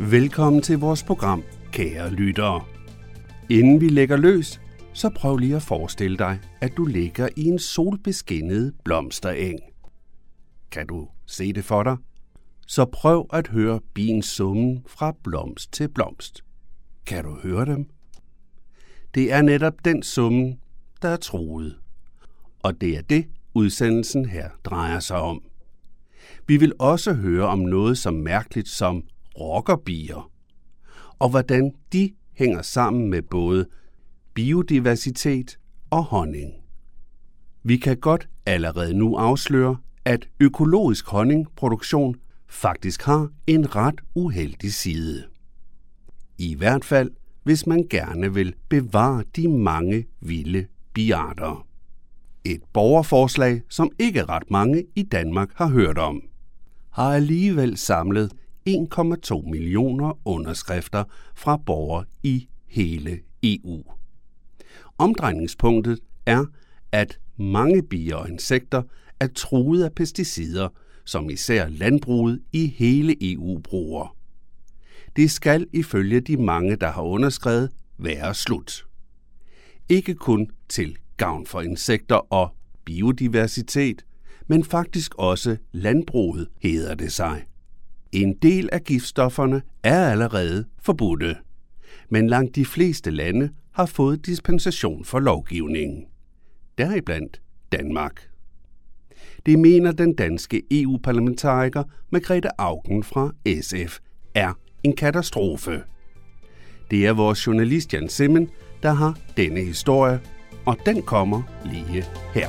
Velkommen til vores program, kære lyttere. Inden vi lægger løs, så prøv lige at forestille dig, at du ligger i en solbeskinnet blomstereng. Kan du se det for dig? Så prøv at høre biens summen fra blomst til blomst. Kan du høre dem? Det er netop den summen, der er truet. Og det er det, udsendelsen her drejer sig om. Vi vil også høre om noget så mærkeligt som rockerbier, og hvordan de hænger sammen med både biodiversitet og honning. Vi kan godt allerede nu afsløre, at økologisk honningproduktion faktisk har en ret uheldig side. I hvert fald, hvis man gerne vil bevare de mange vilde biarter. Et borgerforslag, som ikke ret mange i Danmark har hørt om, har alligevel samlet 1,2 millioner underskrifter fra borgere i hele EU. Omdrejningspunktet er, at mange bier og insekter er truet af pesticider, som især landbruget i hele EU bruger. Det skal ifølge de mange, der har underskrevet, være slut. Ikke kun til gavn for insekter og biodiversitet, men faktisk også landbruget, hedder det sig. En del af giftstofferne er allerede forbudte, men langt de fleste lande har fået dispensation for lovgivningen. Deriblandt Danmark. Det mener den danske EU-parlamentariker Margrethe Auken fra SF er en katastrofe. Det er vores journalist Jan Simmen, der har denne historie, og den kommer lige her.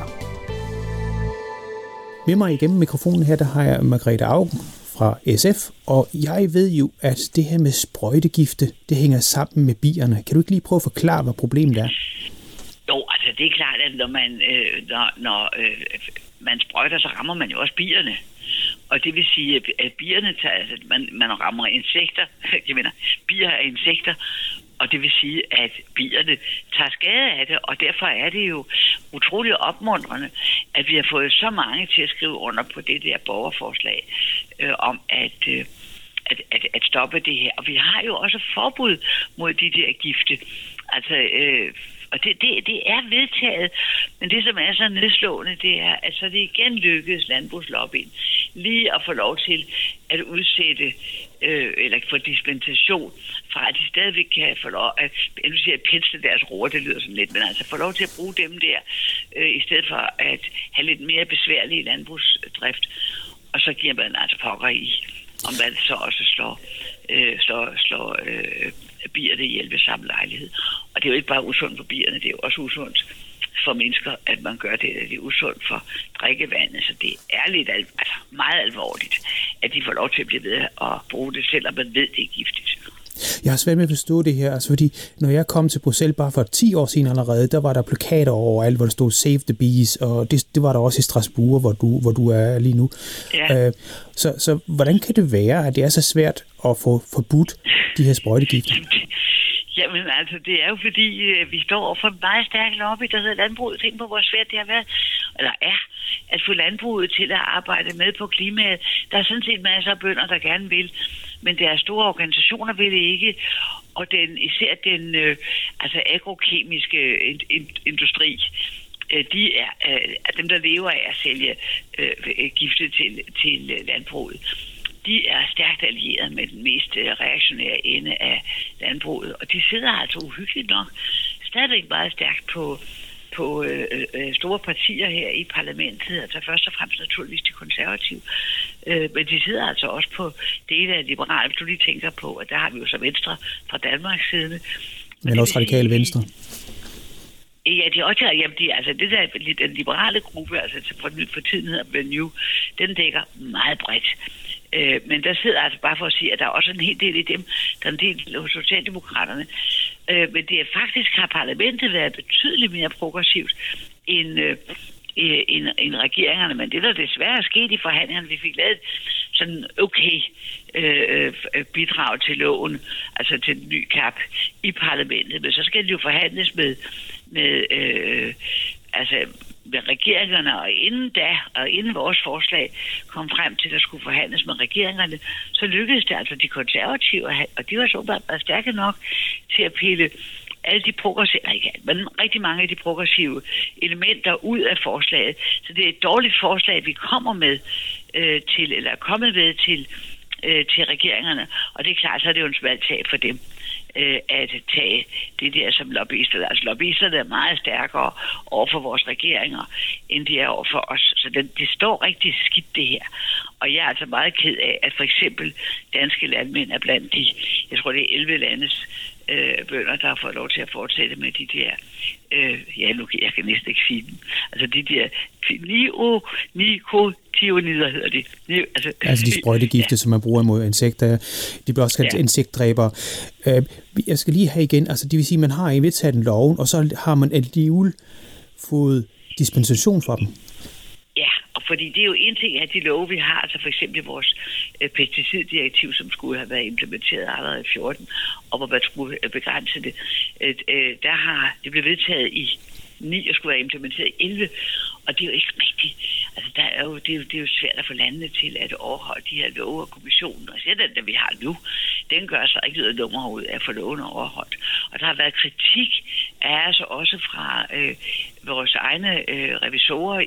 Med mig igennem mikrofonen her, der har jeg Margrethe Auken fra SF, og jeg ved jo, at det her med sprøjtegifte, det hænger sammen med bierne. Kan du ikke lige prøve at forklare, hvad problemet er? Jo, altså det er klart, at når man sprøjter, så rammer man jo også bierne. Og det vil sige, at bierne tager, altså man rammer insekter, bier er insekter, og det vil sige, at bierne tager skade af det, og derfor er det jo utroligt opmuntrende, at vi har fået så mange til at skrive under på det der borgerforslag om at stoppe det her. Og vi har jo også forbud mod de der gifte. Altså, og det er vedtaget, men det, som er så nedslående, det er, at så det igen lykkedes landbrugslobbyen lige at få lov til at udsætte eller få dispensation fra, at de stadigvæk kan få lov at pensle deres roer, det lyder sådan lidt, men altså få lov til at bruge dem der, i stedet for at have lidt mere besværlig landbrugsdrift, og så giver man altså pokker i, om man så også slår bierne ihjel ved samme lejlighed. Og det er jo ikke bare usundt for bierne, det er jo også usundt for mennesker, at man gør det. Det er usundt for drikkevandet, så det er lidt meget alvorligt, at de får lov til at blive ved at bruge det, selvom man ved, det er giftigt. Jeg har svært med at forstå det her, altså fordi når jeg kom til Bruxelles bare for 10 år siden allerede, der var der plakater overalt, hvor der stod Save the Bees, og det var der også i Strasbourg, hvor du er lige nu. Ja. Så hvordan kan det være, at det er så svært at få forbudt de her sprøjtegifte? Jamen altså, det er jo fordi, vi står over for en meget stærk lobby, der hedder landbruget. Tænk på, hvor svært det har været, eller er, at få landbruget til at arbejde med på klimaet. Der er sådan set masser af bønder, der gerne vil, men deres store organisationer vil det ikke. Og især den agrokemiske industri, de er dem, der lever af at sælge gifte til landbruget. De er stærkt allieret med den mest reaktionære ende af landbruget, og de sidder altså uhyggeligt nok stadigvæk meget stærkt på store partier her i parlamentet, altså først og fremmest naturligvis de konservative, men de sidder altså også på dele af liberale, hvis du lige tænker på, at der har vi jo så Venstre fra Danmarks side. Men også radikale Venstre. Ja, det er også, det der den liberale gruppe, altså for tiden hedder Renew, den dækker meget bredt. Men der sidder altså bare for at sige, at der er også en hel del i dem, der er en del hos Socialdemokraterne. Men det er faktisk, har parlamentet været betydeligt mere progressivt end regeringerne. Men det, der desværre er sket i forhandlingerne, vi fik lavet sådan bidrag til loven, altså til den nye CAP i parlamentet. Men så skal det jo forhandles med altså med regeringerne, og inden vores forslag kom frem til, at der skulle forhandles med regeringerne, så lykkedes det altså de konservative, og de var så bare stærke nok til at pille alle de progressive, men rigtig mange af de progressive elementer ud af forslaget. Så det er et dårligt forslag, vi kommer med er kommet med til regeringerne, og det er klart, så er det jo en smal tab for dem at tage det der som lobbyister. Altså lobbyisterne er meget stærkere over for vores regeringer, end de er over for os. Så det står rigtig skidt det her. Og jeg er altså meget ked af, at for eksempel danske landmænd er blandt de, jeg tror det er 11 landes bønder, der har fået lov til at fortsætte med de der, jeg kan næsten ikke sige dem, altså de der neonicotinoider hedder det. Altså de sprøjtegifte, som man bruger mod insekter, de bliver også kaldt insektdræbere. Jeg skal lige have igen, altså det vil sige, at man har vedtaget en lov, og så har man alligevel fået dispensation for dem. Ja, og fordi det er jo en ting af de love, vi har, altså for eksempel vores pesticiddirektiv, som skulle have været implementeret allerede i 14, og hvor man skulle begrænse det. Det blev vedtaget i 9 og skulle være implementeret i 11, og det er jo ikke rigtigt. Altså det er jo svært at få landene til at overholde de her love og kommissionen, og selv den, der vi har nu, den gør sig ikke noget nummer ud af at få lovene overholdt. Og der har været kritik af altså også fra vores egne revisorer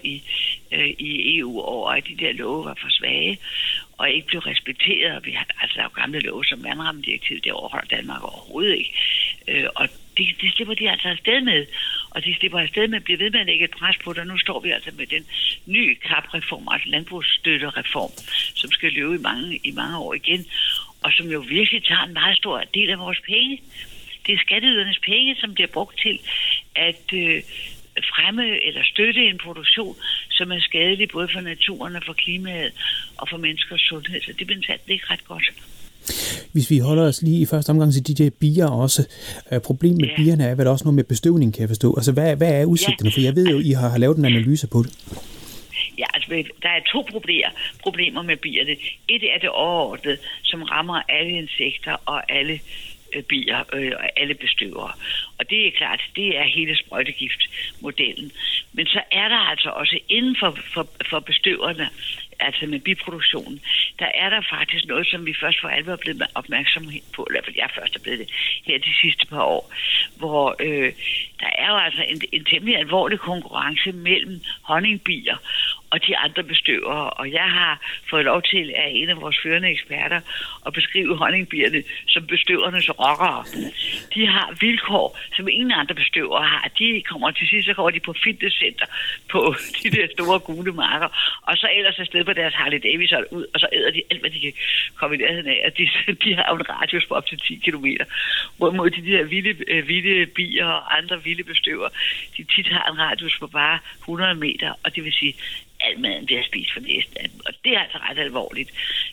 i EU over, at de der love var for svage og ikke blev respekteret. Vi har altså lavet gamle love som vandrammedirektivet, det overholder Danmark overhovedet ikke. Og det slipper de altså afsted med, og de slipper afsted med at blive ved med at lægge et pres på det. Nu står vi altså med den nye CAP-reform, altså landbrugsstøttereform, som skal løbe i mange år igen, og som jo virkelig tager en meget stor del af vores penge. Det er skatteydernes penge, som bliver brugt til at fremme eller støtte en produktion, som er skadelig både for naturen og for klimaet og for menneskers sundhed. Så det bliver ikke ret godt. Hvis vi holder os lige i første omgang til de der bier også. Problemet med bierne er vel også noget med bestøvning, kan jeg forstå. Altså hvad er udsigterne? For jeg ved jo, I har lavet en analyse på det. Ja, altså der er 2 problemer med bierne. Et er det overordnede, som rammer alle insekter og alle bier og alle bestøvere. Og det er klart, det er hele sprøjtegiftmodellen. Men så er der altså også inden for bestøverne, altså med biproduktionen, der er der faktisk noget, som vi først for alvor er blevet opmærksom på, eller i hvert fald jeg først er blevet det her de sidste par år, hvor der er jo altså en temmelig alvorlig konkurrence mellem honningbier og de andre bestøvere, og jeg har fået lov til af en af vores førende eksperter at beskrive honningbierne som bestøvernes rockere. De har vilkår, som ingen andre bestøvere har. De kommer til sidst, så går de på fitnesscenter på de der store gule marker, og så ellers afsted på deres Harley Davidson ud, og så æder de alt, hvad de kan komme i nærheden af. De har jo en radius på op til 10 kilometer, hvorimod de der vilde bier og andre vilde bestøvere, de tit har en radius på bare 100 meter, og det vil sige, al maden bliver spist for næsten af dem. Og det er altså ret alvorligt,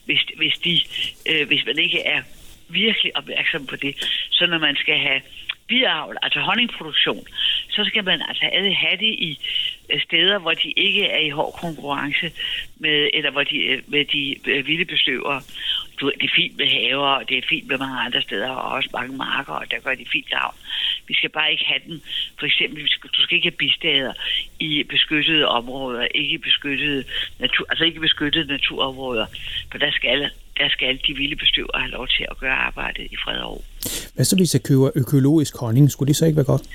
hvis man ikke er virkelig opmærksom på det. Så når man skal have biavl, altså honningproduktion, så skal man altså have det i steder, hvor de ikke er i hård konkurrence med de vilde bestøvere. Det er fint med haver, og det er fint med mange andre steder, og også mange marker, og der gør de fint gavn. Vi skal bare ikke have den. For eksempel, du skal ikke have bistader i beskyttede områder, ikke beskyttede naturområder, for der skal de vilde bestøvere have lov til at gøre arbejdet i fred og ro. Hvad så hvis jeg køber økologisk honning? Skulle det så ikke være godt?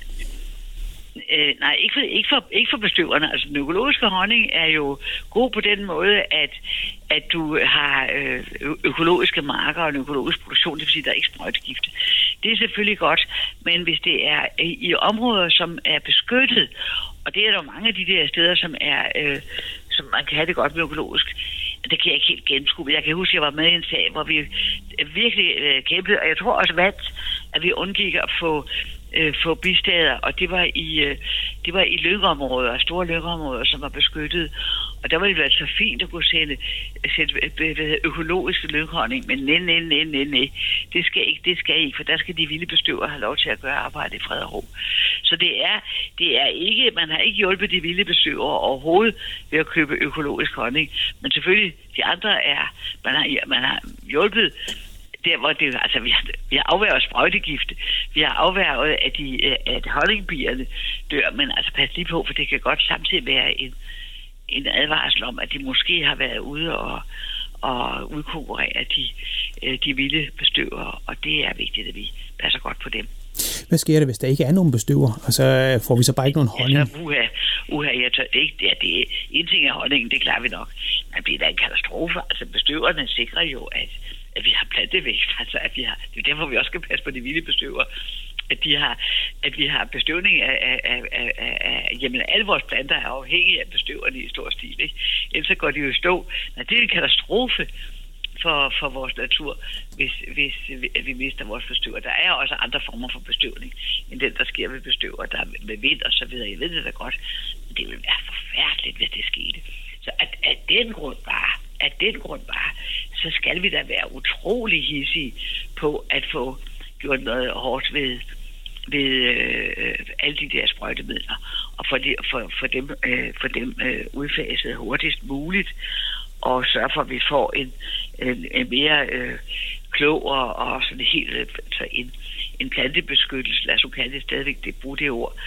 Nej, ikke for bestøverne. Altså, den økologiske honning er jo god på den måde, at du har økologiske marker og en økologisk produktion, det vil sige, der er ikke sprøjtegifte. Det er selvfølgelig godt, men hvis det er i områder, som er beskyttet, og det er der mange af de der steder, som man kan have det godt med økologisk, det kan jeg ikke helt gennemskue. Jeg kan huske, at jeg var med i en sag, hvor vi virkelig kæmpede, og jeg tror også at vi undgik at få bistader, og det var i lyngområder, store lyngområder, som var beskyttet. Og der var det altså fint at kunne sætte økologiske lynghonning, men nej. Det skal ikke, for der skal de vilde bestøvere have lov til at gøre arbejde i fred og ro. Så det er ikke, man har ikke hjulpet de vilde bestøvere overhovedet ved at købe økologisk honning, men selvfølgelig de andre man har hjulpet der hvor det, altså vi har afværget sprøjtegifte, vi har afværget, at honningbierne dør, men altså pas lige på, for det kan godt samtidig være en advarsel om, at de måske har været ude og udkonkurrere de vilde bestøvere, og det er vigtigt, at vi passer godt på dem. Hvad sker der, hvis der ikke er nogen bestøver? Altså får vi så bare ikke nogen honning? Altså, jeg tør det ikke. Det er en ting af honningen, det klarer vi nok. Men det er da en katastrofe. Altså bestøverne sikrer jo, at vi har plantevækst. Altså, det er derfor, vi også skal passe på de vilde bestøvere. At vi har bestøvning af jamen alle vores planter er afhængige af bestøverne i stor stil, ikke? Ellers så går de jo i stå. Men det er en katastrofe for vores natur, hvis vi mister vores bestøver. Der er også andre former for bestøvning, end den, der sker ved bestøver, der er med vind og så videre. Jeg ved det da godt, men det vil være forfærdeligt, hvis det skete. Så af den grund bare, så skal vi da være utrolig hidsige på at få gjort noget hårdt ved alle de der sprøjtemidler, og for dem udfaset hurtigst muligt, og sørge for, at vi får en mere klog og sådan helt en plantebeskyttelse, lad os nu kalde det stadigvæk, det bruge det ord,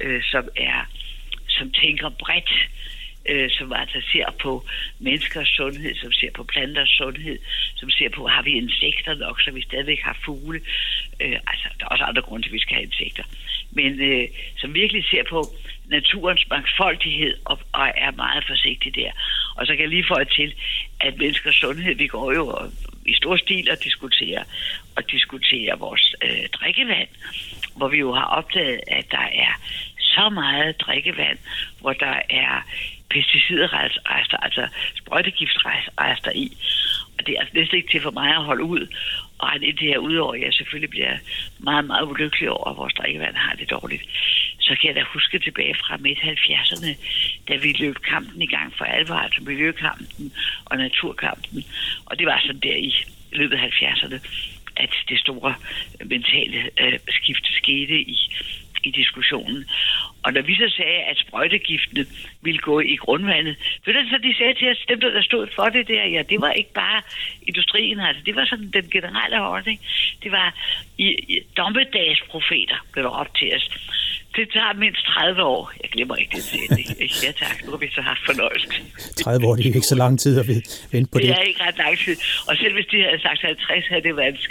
som tænker bredt, som altså ser på menneskers sundhed, som ser på planters sundhed, som ser på, har vi insekter nok, så vi stadigvæk har fugle. Altså, der er også andre grunde til, at vi skal have insekter. Men som virkelig ser på naturens mangfoldighed og er meget forsigtig der. Og så kan jeg lige få til, at menneskers sundhed, vi går jo i stor stil og diskuterer vores drikkevand, hvor vi jo har opdaget, at der er så meget drikkevand, hvor der er pesticidrester, altså sprøjtegiftrester i. Og det er næsten ikke til for mig at holde ud og regne det her ud over. Jeg selvfølgelig bliver meget, meget ulykkelig over, at vores drikkevand har det dårligt. Så kan jeg da huske tilbage fra midt-70'erne, da vi løb kampen i gang for alvor, altså miljøkampen og naturkampen. Og det var sådan der i løbet af 70'erne, at det store mentale skifte skete i diskussionen. Og når vi så sagde, at sprøjtegiftene ville gå i grundvandet, så de sagde til os, dem der stod for det der, ja, det var ikke bare industrien, altså det var sådan den generelle holdning. Det var i dommedagsprofeter, blev der op til os. Det tager mindst 30 år. Jeg glemmer ikke det sætning. Ja tak, nu har vi så haft fornøjelse. 30 år, det er ikke så lang tid at vente på det. Det er ikke ret lang tid. Og selv hvis de havde sagt 50, havde det været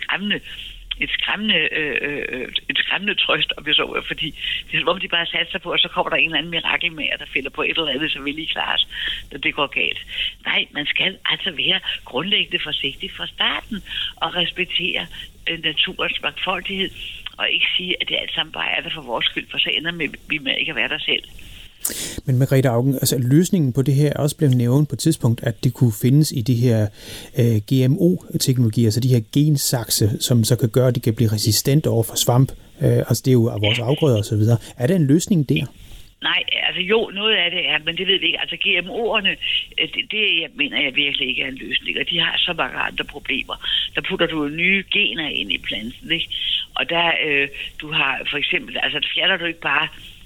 en skræmmende trøst, om jeg så, fordi det er som om de bare satser på, og så kommer der en eller anden mirakelmager, der finder på et eller andet, så vil I klare os, når det går galt. Nej, man skal altså være grundlæggende forsigtig fra starten og respektere naturens mangfoldighed, og ikke sige, at det alt sammen bare er der for vores skyld, for så ender vi med ikke at være der selv. Men Margrethe Auken, altså løsningen på det her er også blevet nævnt på et tidspunkt, at det kunne findes i de her GMO-teknologier, altså de her gensakse, som så kan gøre, at de kan blive resistente over for svamp. Altså det er jo af vores afgrøder og så videre. Er der en løsning der? Nej, altså jo, noget af det er, men det ved vi ikke. Altså GMO'erne, det mener jeg virkelig ikke er en løsning, og de har så mange andre problemer. Der putter du nye gener ind i planten, ikke? Og der, du har for eksempel, altså der fjerner du ikke bare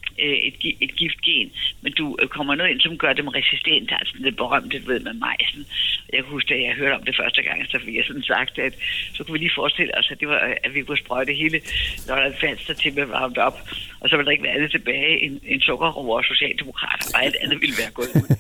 et giftgen, men du kommer noget ind, som gør dem resistente, altså det berømte, du ved, med majsen. Jeg kan huske, at jeg hørte om det første gang, så fik jeg sådan sagt, at så kunne vi lige forestille os, at vi kunne sprøjte hele Lolland-Falster til med Roundup, og så ville der ikke være andet tilbage en sukkerroer og socialdemokrater, og alt andet ville være gået ud.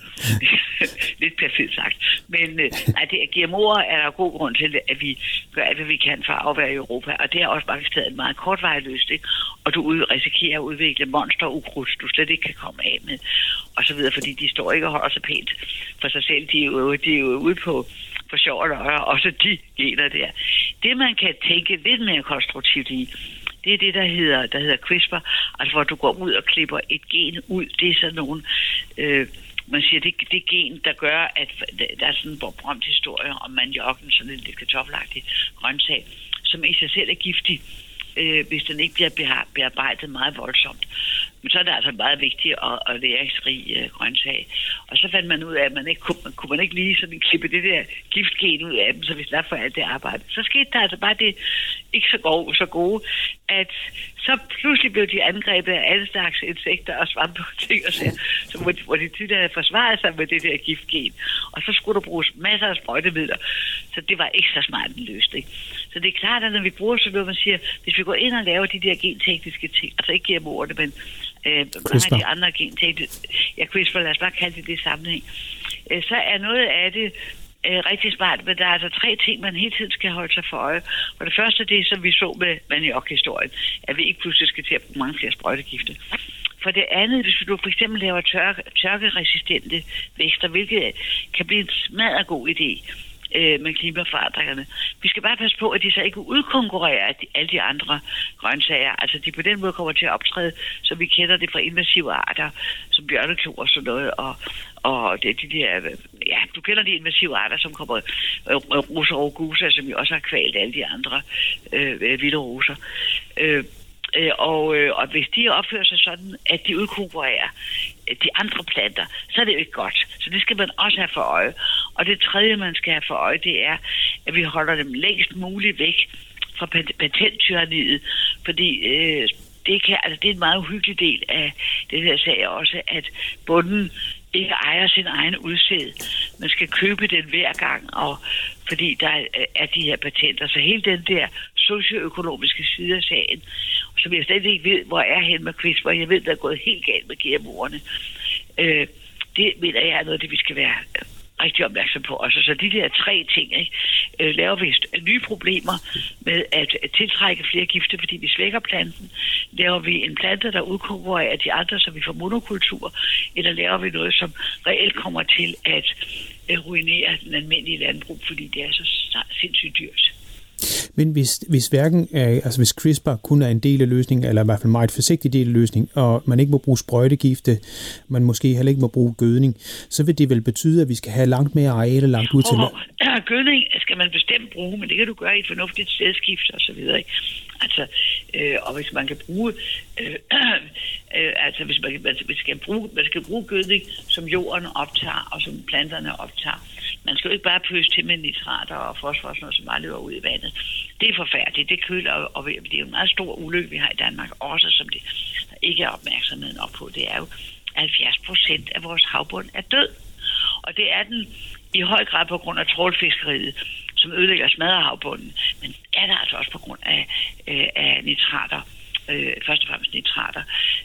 Lidt perfekt sagt. Men nej, det er GMO'er er der god grund til, at vi gør alt, hvad vi kan for at afværge i Europa, og det er også mange steder en meget kortvarig løsning, og du risikerer at udvikle monsterukrudt, du slet ikke kan komme af med, og så videre, fordi de står ikke og holder sig pænt for sig selv. De er jo ude på sjov og løjer, også de gener der. Det, man kan tænke lidt mere konstruktivt i, det er det, der hedder CRISPR, altså hvor du går ud og klipper et gen ud. Det er sådan nogle, man siger, det gen, der gør, at der er sådan en berømt historie om maniokken, sådan en lidt kartoffelagtig grøntsag, som i sig selv er giftig, hvis den ikke bliver bearbejdet meget voldsomt. Men så er det altså meget vigtigt at næringsrig grøntsag. Og så fandt man ud af, at man ikke kunne lige sådan klippe det der giftgen ud af dem, så vi slap for alt det arbejde. Så skete der altså bare det ikke så gode, at så pludselig blev de angrebet af alle slags insekter og svampe og ting og så hvor de tidligere havde forsvaret sig med det der giftgen. Og så skulle der bruges masser af sprøjtemidler. Så det var ikke så smart en løsning. Så det er klart, at når vi bruger sådan noget, man siger, hvis vi går ind og laver de der gentekniske ting, altså ikke GMO'erne, men mange af de andre gentekniske, CRISPR, lad os bare kalde det sammenhæng, så er noget af det rigtig smart, men der er altså 3 ting, man hele tiden skal holde sig for øje. For det første, det som vi så med maniok-historien, at vi ikke pludselig skal til at bruge mange flere sprøjtegifte. For det andet, hvis du for eksempel laver tørkeresistente vækster, hvilket kan blive en smadret god idé med klimaforandringerne. Vi skal bare passe på, at de så ikke udkonkurrerer alle de andre grøntsager. Altså de på den måde kommer til at optræde, så vi kender det fra invasive arter, som bjørneklo og sådan noget, og det de der, ja, du kender de invasive arter, som kommer, roser og guser, som jo også har kvalt alle de andre vilde roser. Og hvis de opfører sig sådan, at de udkonkurrerer de andre planter, så er det jo ikke godt. Så det skal man også have for øje. Og det tredje, man skal have for øje, det er, at vi holder dem længst muligt væk fra patenttyranniet, fordi det er en meget uhyggelig del af det her sag også, at bunden ikke ejer sin egen udsæd. Man skal købe den hver gang, og fordi der er de her patenter. Så hele den der socioøkonomiske side af sagen, som jeg slet ikke ved, hvor er hen med CRISPR. Jeg ved, der er gået helt galt med GMO'erne. Det mener jeg er noget, det vi skal være rigtig opmærksom på. Altså, så de der 3 ting, ikke, laver vi nye problemer med at tiltrække flere gifte, fordi vi svækker planten. Laver vi en plante, der udkonkurrerer de andre, så vi får monokultur, eller laver vi noget, som reelt kommer til at ruinere den almindelige landbrug, fordi det er så sindssygt dyrt. Men hvis hverken, altså hvis CRISPR kun er en del af løsningen, eller i hvert fald en meget forsigtig del af løsningen, og man ikke må bruge sprøjtegifte, man måske heller ikke må bruge gødning, så vil det vel betyde, at vi skal have langt mere arealer langt ud til gødning skal man bestemt bruge, men det kan du gøre i et fornuftigt stedskift og så videre. Ikke? Altså, og hvis man kan bruge, altså hvis man skal bruge gødning, som jorden optager og som planterne optager. Man skal jo ikke bare pøse til med nitrater og fosfor og sådan noget, som bare løber ud i vandet. Det er forfærdeligt, det køler, og det er jo en meget stor ulykke, vi har i Danmark, også som det der ikke er opmærksomhed nok på. Det er jo 70% af vores havbund er død. Og det er den i høj grad på grund af trawlfiskeriet, som ødelægger smadrehavbunden. Men er der altså også på grund af nitrater, først og fremmest nitrater,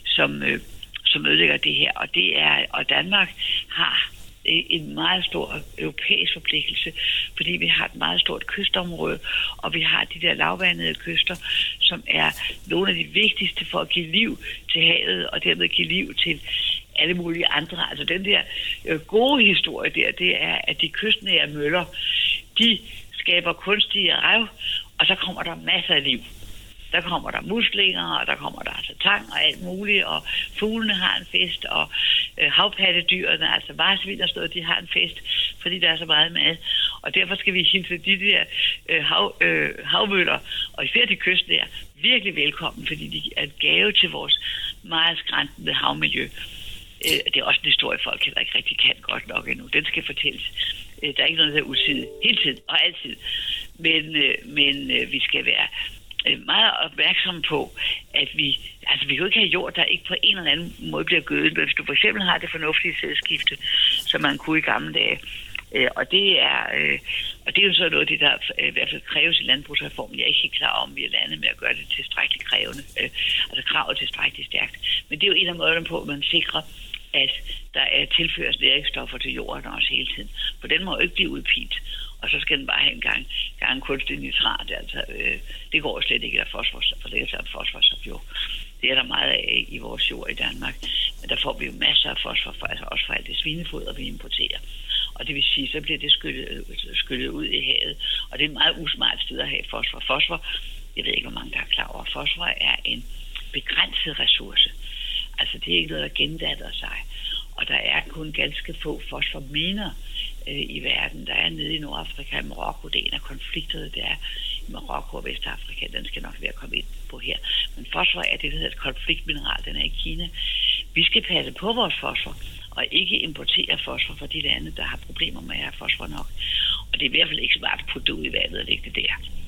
som ødelægger det her. Og Danmark har en meget stor europæisk forpligtelse, fordi vi har et meget stort kystområde, og vi har de der lavvandede kyster, som er nogle af de vigtigste for at give liv til havet, og dermed give liv til alle mulige andre. Altså den der gode historie der, det er, at de kystnære møller, de skaber kunstige rev, og så kommer der masser af liv. Der kommer der muslinger, og der kommer der altså tang og alt muligt, og fuglene har en fest, og havpattedyrene, altså varsvin og sådan noget, de har en fest, fordi der er så meget mad. Og derfor skal vi hilse de der havmøller, og især de kystnære, virkelig velkommen, fordi de er en gave til vores meget skræntende havmiljø. Det er også en historie, folk der ikke rigtig kan godt nok endnu. Den skal fortælles. Der er ikke noget, der er usidigt. Hele tiden og altid. Men vi skal være meget opmærksomme på, at vi kan jo ikke have jord, der ikke på en eller anden måde bliver gødet. Men hvis du for eksempel har det fornuftige sædskifte, som man kunne i gamle dage, og det er jo så noget af det, der i hvert fald kræves i landbrugsreformen. Jeg er ikke helt klar om, vi er landet med at gøre det tilstrækkeligt krævende, altså kravet tilstrækkeligt stærkt. Men det er jo en af måderne på, at man sikrer, at der tilføres næringsstoffer til jorden også hele tiden. For den må jo ikke blive udpint. Og så skal den bare have en gang kunstig nitrat. Altså, det går slet ikke, at fosfor som jo. Det er der meget af i vores jord i Danmark. Men der får vi jo masser af fosfor, altså også fra alt det svinefoder, vi importerer. Og det vil sige, så bliver det skyllet ud i havet. Og det er et meget usmart sted at have fosfor. Fosfor, jeg ved ikke, hvor mange der er klar over, fosfor er en begrænset ressource. Altså det er ikke noget, der gendanner sig. Og der er kun ganske få fosforminer i verden. Der er nede i Nordafrika og Marokko. Det er en af konflikterne, der er i Marokko og Vestafrika. Den skal nok være at komme ind på her. Men fosfor er det, der hedder et konfliktmineral. Den er i Kina. Vi skal passe på vores fosfor og ikke importere fosfor fra de lande, der har problemer med at have fosfor nok. Og det er i hvert fald ikke smart at putte ud i vandet og lægge det der.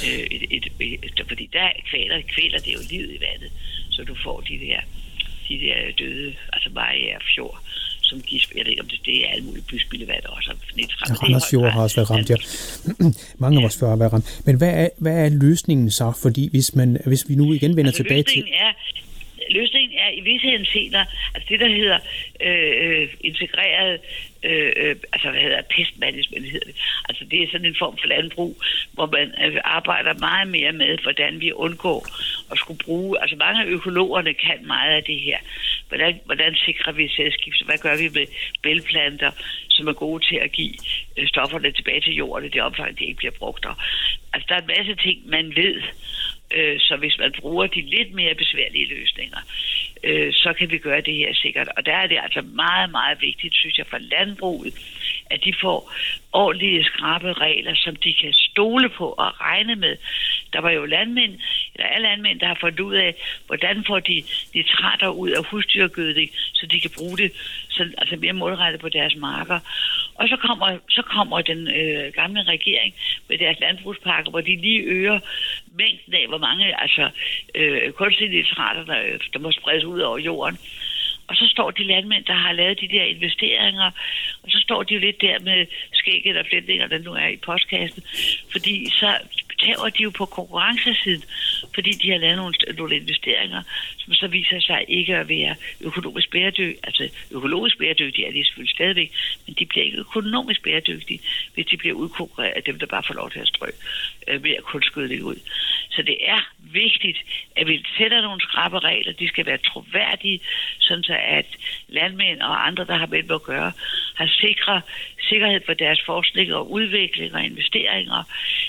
Fordi der kvæler det jo livet i vandet, så du får de der døde, altså Mariager Fjord, som gisper. Jeg ved ikke, om det er alle mulige byspildevand også. Randers Fjord har også været ramt, ja. Mange af vores fjord har været ramt. Men hvad er løsningen så? Fordi hvis vi nu igen vender tilbage til... Løsningen er i visse henseender, altså det, der hedder integreret, pest management hedder det. Altså det er sådan en form for landbrug, hvor man arbejder meget mere med, hvordan vi undgår at skulle bruge, altså mange af økologerne kan meget af det her. Hvordan sikrer vi sædskifte? Hvad gør vi med bælgplanter, som er gode til at give stofferne tilbage til jorden i det omfang, de ikke bliver brugt der? Altså der er en masse ting, man ved. Så hvis man bruger de lidt mere besværlige løsninger, så kan vi gøre det her sikkert. Og der er det altså meget, meget vigtigt, synes jeg, for landbruget, at de får ordentlige skrappe regler, som de kan stole på og regne med. Der var jo landmænd, der har fundet ud af, hvordan får de nitrater ud af husdyrgødning, så de kan bruge det altså mere målrettet på deres marker. Og så kommer den gamle regering med deres landbrugspakker, hvor de lige øger mængden af, hvor mange kunstige nitrater, der må spredes ud over jorden. Og så står de landmænd, der har lavet de der investeringer, og så står de jo lidt der med skægget og flætninger, der nu er i postkassen. Fordi så tager de jo på konkurrencesiden, fordi de har lavet nogle investeringer, som så viser sig ikke at være økonomisk bæredygtige. Altså økologisk bæredygtige er de selvfølgelig stadigvæk, men de bliver ikke økonomisk bæredygtige, hvis de bliver udkonkurreret af dem, der bare får lov til at strø ved at kunstgødning ud. Så det er vigtigt, at vi sætter nogle skrappe regler. De skal være troværdige, sådan så at landmænd og andre, der har med at gøre, har sikkerhed for deres forskning og udvikling og investeringer.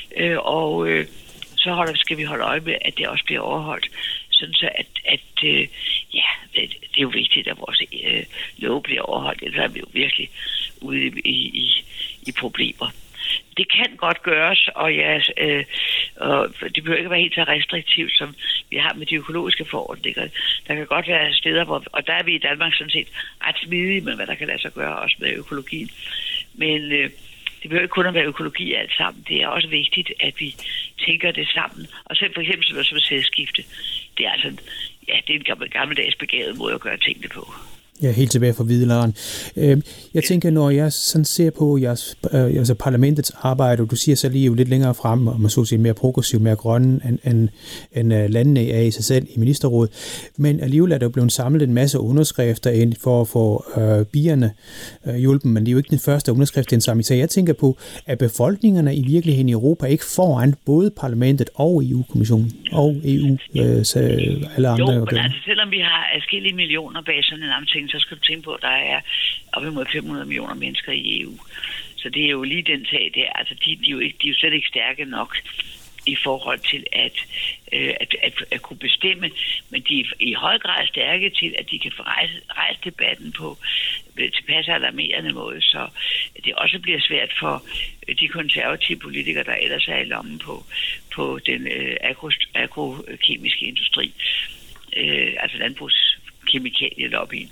Så skal vi holde øje med, at det også bliver overholdt. Sådan så det er jo vigtigt, at vores love bliver overholdt. Ellers er vi jo virkelig ude i problemer. Det kan godt gøres, og det behøver ikke være helt så restriktivt, som vi har med de økologiske forordninger. Der kan godt være steder, og der er vi i Danmark sådan set ret smidige med, hvad der kan lade sig gøre, også med økologien. Men det behøver ikke kun at være økologi alt sammen. Det er også vigtigt, at vi tænker det sammen. Og selv for eksempel som sædskifte. Det er altså det er en gammeldags begavet måde at gøre tingene på. Ja, helt tilbage fra Hvidelæren. Jeg tænker, når jeg sådan ser på jeres parlamentets arbejde, og du siger så lige jo lidt længere frem, og man så sige mere progressiv, mere grønne, end landene er i sig selv i ministerrådet, men alligevel er der jo blevet samlet en masse underskrifter ind for at få bierne hjulpet, men det er jo ikke den første underskriftsindsamling. Så jeg tænker på, at befolkningerne i virkeligheden i Europa ikke foran både parlamentet og EU-kommissionen og EU, alle andre. Jo, men altså, selvom vi har adskillige millioner bag sådan en amting, så skal du tænke på, at der er op imod 500 millioner mennesker i EU. Så det er jo lige den sag der. Altså, de er jo slet ikke stærke nok i forhold til at kunne bestemme, men de er i høj grad stærke til, at de kan rejse debatten på tilpas alarmerende måde, så det også bliver svært for de konservative politikere, der ellers er i lommen på den agrokemiske industri, altså landbrugskemikalielobbyen.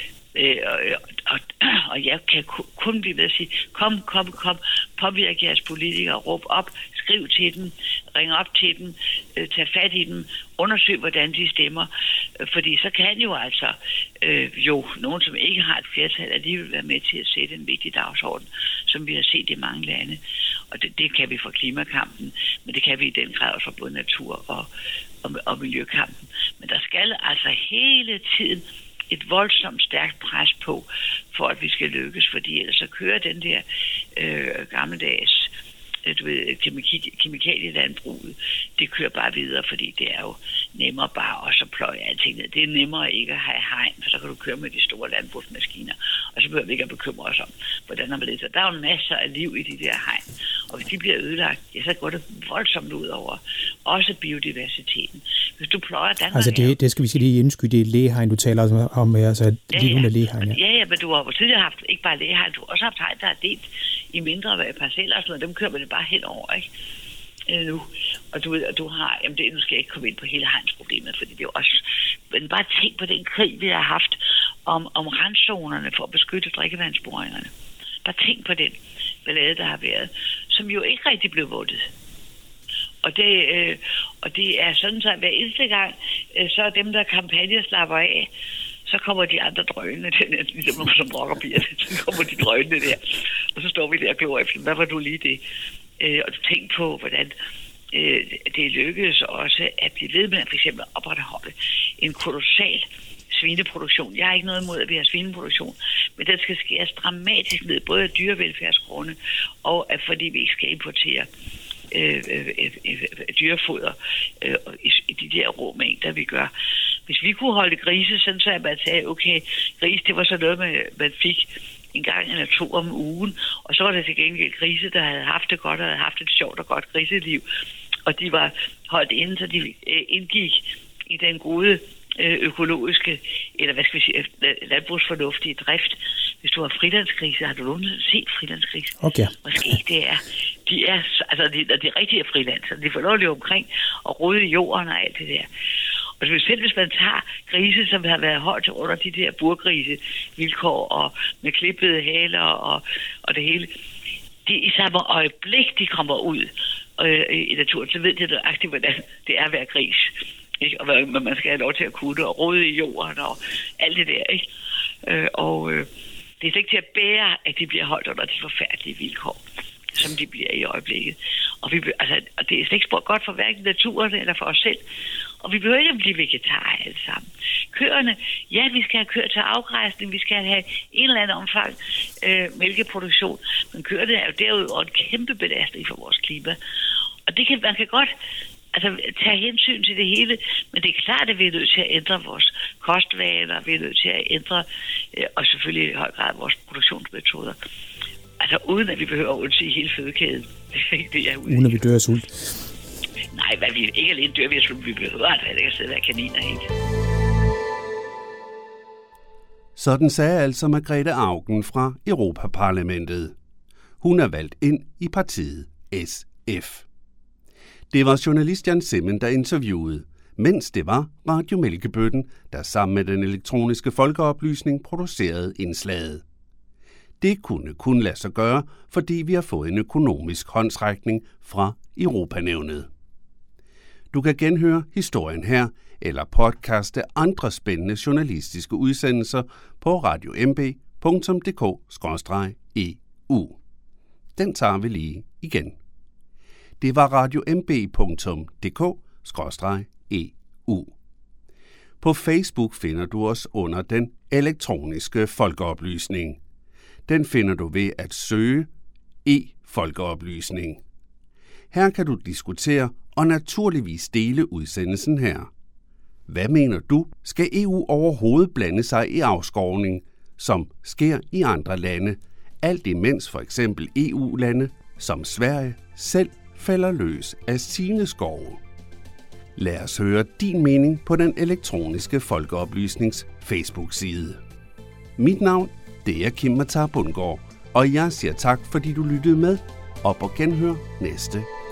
Og jeg kan kun blive ved at sige, kom, påvirk jeres politikere, råb op, skriv til dem, ring op til dem, tag fat i dem, undersøg, hvordan de stemmer, fordi så kan jo altså nogen, som ikke har et flertal, alligevel være med til at sætte en vigtig dagsorden, som vi har set i mange lande. Og det kan vi for klimakampen, men det kan vi i den grad også for både natur og miljøkampen. Men der skal altså hele tiden et voldsomt stærkt pres på, for at vi skal lykkes, fordi ellers så kører den der gammeldags kemikalielandbruget, det kører bare videre, fordi det er jo nemmere bare også at pløje alting ned. Det er nemmere ikke at have hegn, for så kan du køre med de store landbrugsmaskiner, og så behøver vi ikke at bekymre os om, hvordan man det. Så der er jo masser af liv i de der hegn, og hvis de bliver ødelagt, så går det voldsomt ud over også biodiversiteten. Hvis du pløjer Danmark... Altså det skal vi lige indskyde, det er lægehegn, du taler om, altså levende lægehegn. Ja, men du har jo tidligere haft ikke bare lægehegn, du har også haft hegn, der er delt i mindre parceller og sådan noget, dem kører man det bare hen over, ikke? Nu. Og du har, nu skal jeg ikke komme ind på hele hegnsproblemet, fordi det er jo også, men bare tænk på den krig, vi har haft om randzonerne for at beskytte drikkevandsboringerne. Bare tænk på den ballade, der har været, som jo ikke rigtig blev vundet. Og det er sådan, så hver eneste gang, så er dem, der kampagner slapper af, så kommer de andre drønende, ligesom som rockerbierne, så kommer de drønende der. Og så står vi der og glor efter, hvad var du lige det? Og tænk på, hvordan det lykkedes også at blive ved med at for eksempel opretholde en kolossal svineproduktion. Jeg har ikke noget imod, at vi har svineproduktion, men den skal skæres dramatisk ned, både af dyrevelfærdsgrunde og fordi vi ikke skal importere dyrefoder i de der rå mængder, vi gør. Hvis vi kunne holde grise, sådan så at man sagde, okay, gris, det var så noget, man fik en gang eller to om ugen, og så var det til gengæld grise, der havde haft det godt og havde haft et sjovt og godt griseliv, og de var holdt inde, så de indgik i den gode økologiske, eller hvad skal vi sige, landbrugsfornuftige drift. Hvis du har frilandsgrise, har du nogensinde set frilandsgrise? Okay. Måske det er. De er rigtige frilandsere. De får lov at leve omkring og rode i jorden og alt det der. Og selv hvis man tager grise, som har været holdt under de der burgrise vilkår og med klippede haler og det hele, det i samme øjeblik, de kommer ud i naturen, så ved de nøjagtigt, hvordan det er at være gris. Ikke? Og hvad man skal have lov til at kunne og rode i jorden og alt det der. Ikke? Det er slet ikke til at bære, at de bliver holdt under de forfærdelige vilkår, som de bliver i øjeblikket. Og det er slet ikke godt for hverken naturen eller for os selv. Og vi behøver ikke at blive vegetarer alle sammen. Køerne, ja, vi skal have køer til afgræsning, vi skal have en eller anden omfang mælkeproduktion, men køerne er jo derudover en kæmpe belastning for vores klima. Og man kan godt tage hensyn til det hele, men det er klart, at vi er nødt til at ændre vores kostvaner, vi er nødt til at ændre, og selvfølgelig i høj grad vores produktionsmetoder. Uden at vi behøver at undsige hele fødekæden. Det er uden at vi dør af sult. Nej, hvad vi ikke alene dør ved at sult, vi behøver at der kan sidde af kaniner helt. Sådan sagde altså Margrethe Auken fra Europaparlamentet. Hun er valgt ind i partiet SF. Det var journalist Jan Simmen, der interviewede, mens det var Radio Mælkebøtten, der sammen med den elektroniske folkeoplysning producerede indslaget. Det kunne kun lade sig gøre, fordi vi har fået en økonomisk håndsrækning fra Europanævnet. Du kan genhøre historien her, eller podcaste andre spændende journalistiske udsendelser på radiomb.dk/EU. Den tager vi lige igen. Det var radiomb.dk/EU. På Facebook finder du os under den elektroniske folkeoplysning. Den finder du ved at søge e-folkeoplysning. Her kan du diskutere og naturligvis dele udsendelsen her. Hvad mener du? Skal EU overhovedet blande sig i afskovning, som sker i andre lande, alt imens for eksempel EU-lande som Sverige selv falder løs af sine skove? Lad os høre din mening på den elektroniske folkeoplysnings Facebook-side. Mit navn, det er Kim Matar Bundgaard, og jeg siger tak, fordi du lyttede med, og på genhør næste